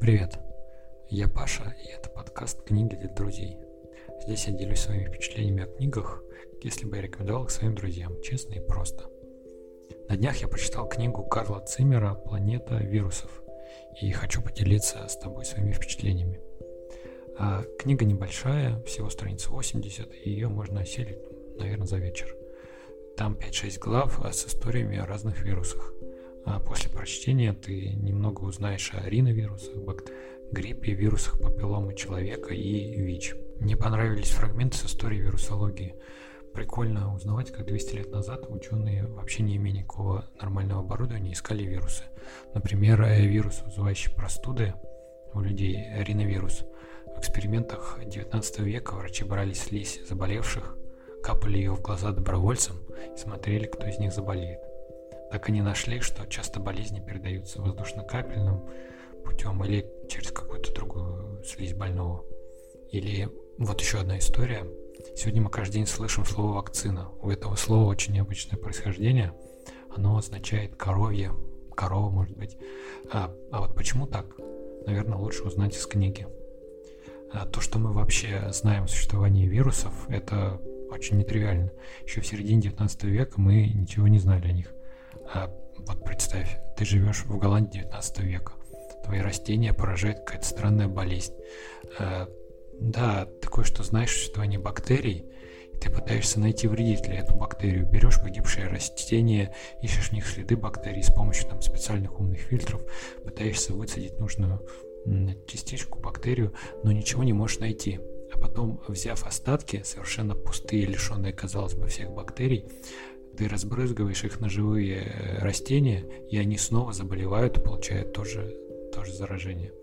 Привет, я Паша, и это подкаст «Книги для друзей». Здесь я делюсь своими впечатлениями о книгах, если бы я рекомендовал их своим друзьям, честно и просто. На днях я прочитал книгу Карла Циммера «Планета вирусов» и хочу поделиться с тобой своими впечатлениями. Книга небольшая, всего страниц 80, и ее можно осилить, наверное, за вечер. Там 5-6 глав с историями о разных вирусах. После прочтения ты немного узнаешь о риновирусах, гриппе, вирусах папилломы человека и ВИЧ. Мне понравились фрагменты с историей вирусологии. Прикольно узнавать, как 200 лет назад ученые, вообще не имея никакого нормального оборудования, искали вирусы. Например, вирус, вызывающий простуды у людей, риновирус. В экспериментах 19 века врачи брали слизь заболевших, капали ее в глаза добровольцам и смотрели, кто из них заболеет. Так они нашли, что часто болезни передаются воздушно-капельным путем или через какую-то другую слизь больного. Или вот еще одна история. Сегодня мы каждый день слышим слово «вакцина». У этого слова очень необычное происхождение. Оно означает «коровье», «корова», может быть. А вот почему так? Наверное, лучше узнать из книги. То, что мы вообще знаем о существовании вирусов, это очень нетривиально. Еще в середине 19 века мы ничего не знали о них. Вот представь, ты живешь в Голландии 19 века, твои растения поражает какая-то странная болезнь. Да, ты кое-что знаешь о существовании бактерий, и ты пытаешься найти вредителя эту бактерию. Берешь погибшие растения, ищешь в них следы бактерий с помощью специальных умных фильтров, пытаешься выцедить нужную частичку, бактерию, но ничего не можешь найти. А потом, взяв остатки, совершенно пустые, лишенные, казалось бы, всех бактерий, ты разбрызгиваешь их на живые растения, и они снова заболевают и получают тоже заражение.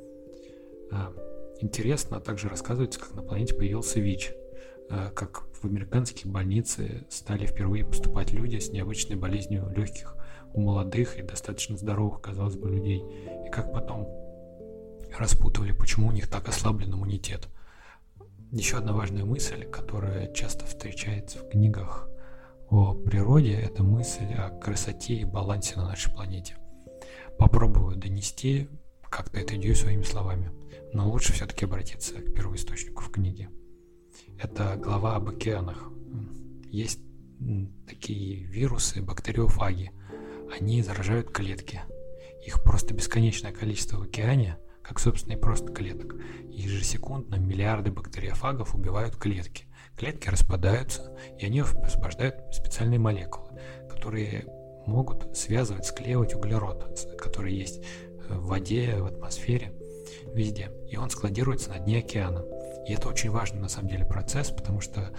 Интересно также рассказывается, как на планете появился ВИЧ, как в американские больницы стали впервые поступать люди с необычной болезнью легких у молодых и достаточно здоровых, казалось бы, людей, и как потом распутывали, почему у них так ослаблен иммунитет. Еще одна важная мысль, которая часто встречается в книгах о природе, это мысль о красоте и балансе на нашей планете. Попробую донести как-то эту идею своими словами, но лучше все-таки обратиться к первоисточнику в книге. Это глава об океанах. Есть такие вирусы, бактериофаги. Они заражают клетки. Их просто бесконечное количество в океане, как, собственно, и просто клеток. Ежесекундно миллиарды бактериофагов убивают клетки. Клетки распадаются, и они освобождают специальные молекулы, которые могут связывать, склеивать углерод, который есть в воде, в атмосфере, везде. И он складируется на дне океана. И это очень важный, на самом деле, процесс, потому что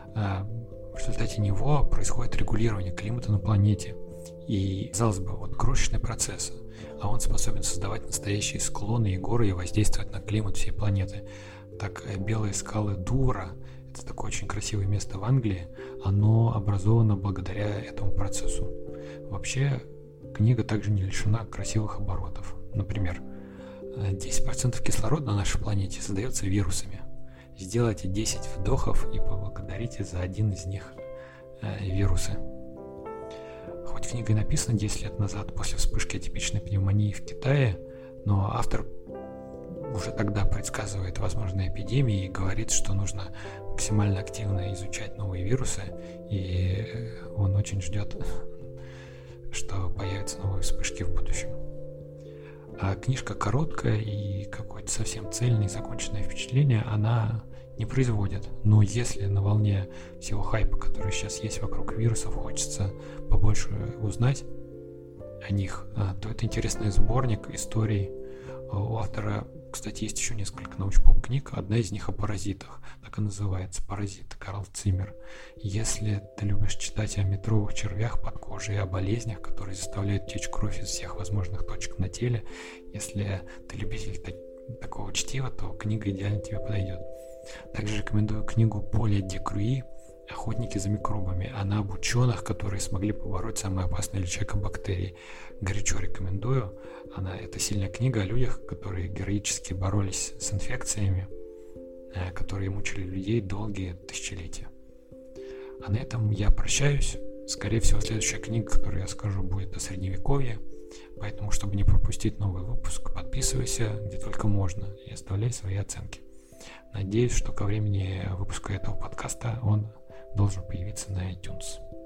в результате него происходит регулирование климата на планете. И, казалось бы, вот крошечный процесс, а он способен создавать настоящие склоны и горы и воздействовать на климат всей планеты. Так, белые скалы Дувра, это такое очень красивое место в Англии, оно образовано благодаря этому процессу. Вообще, книга также не лишена красивых оборотов. Например, 10% кислорода на нашей планете создается вирусами. Сделайте 10 вдохов и поблагодарите за один из них вирусы. Хоть книга и написана 10 лет назад, после вспышки атипичной пневмонии в Китае, но автор уже тогда предсказывает возможные эпидемии и говорит, что нужно максимально активно изучать новые вирусы, и он очень ждет, что появятся новые вспышки в будущем. А книжка короткая и какое-то совсем цельное и законченное впечатление она не производит. Но если на волне всего хайпа, который сейчас есть вокруг вирусов, хочется побольше узнать о них, то это интересный сборник историй. У автора, кстати, есть еще несколько научпоп книг. Одна из них о паразитах. Так и называется «Паразиты», Карл Циммер. Если ты любишь читать о метровых червях под кожей и о болезнях, которые заставляют течь кровь из всех возможных точек на теле, если ты любитель такого чтива, то книга идеально тебе подойдет. Также рекомендую книгу Поля Дюкруи «Охотники за микробами». Она об ученых, которые смогли побороть самые опасные для человека бактерии. Горячо рекомендую. Это сильная книга о людях, которые героически боролись с инфекциями, которые мучили людей долгие тысячелетия. А на этом я прощаюсь. Скорее всего, следующая книга, которую я скажу, будет о Средневековье. Поэтому, чтобы не пропустить новый выпуск, подписывайся где только можно и оставляй свои оценки. Надеюсь, что ко времени выпуска этого подкаста он должен появиться на iTunes.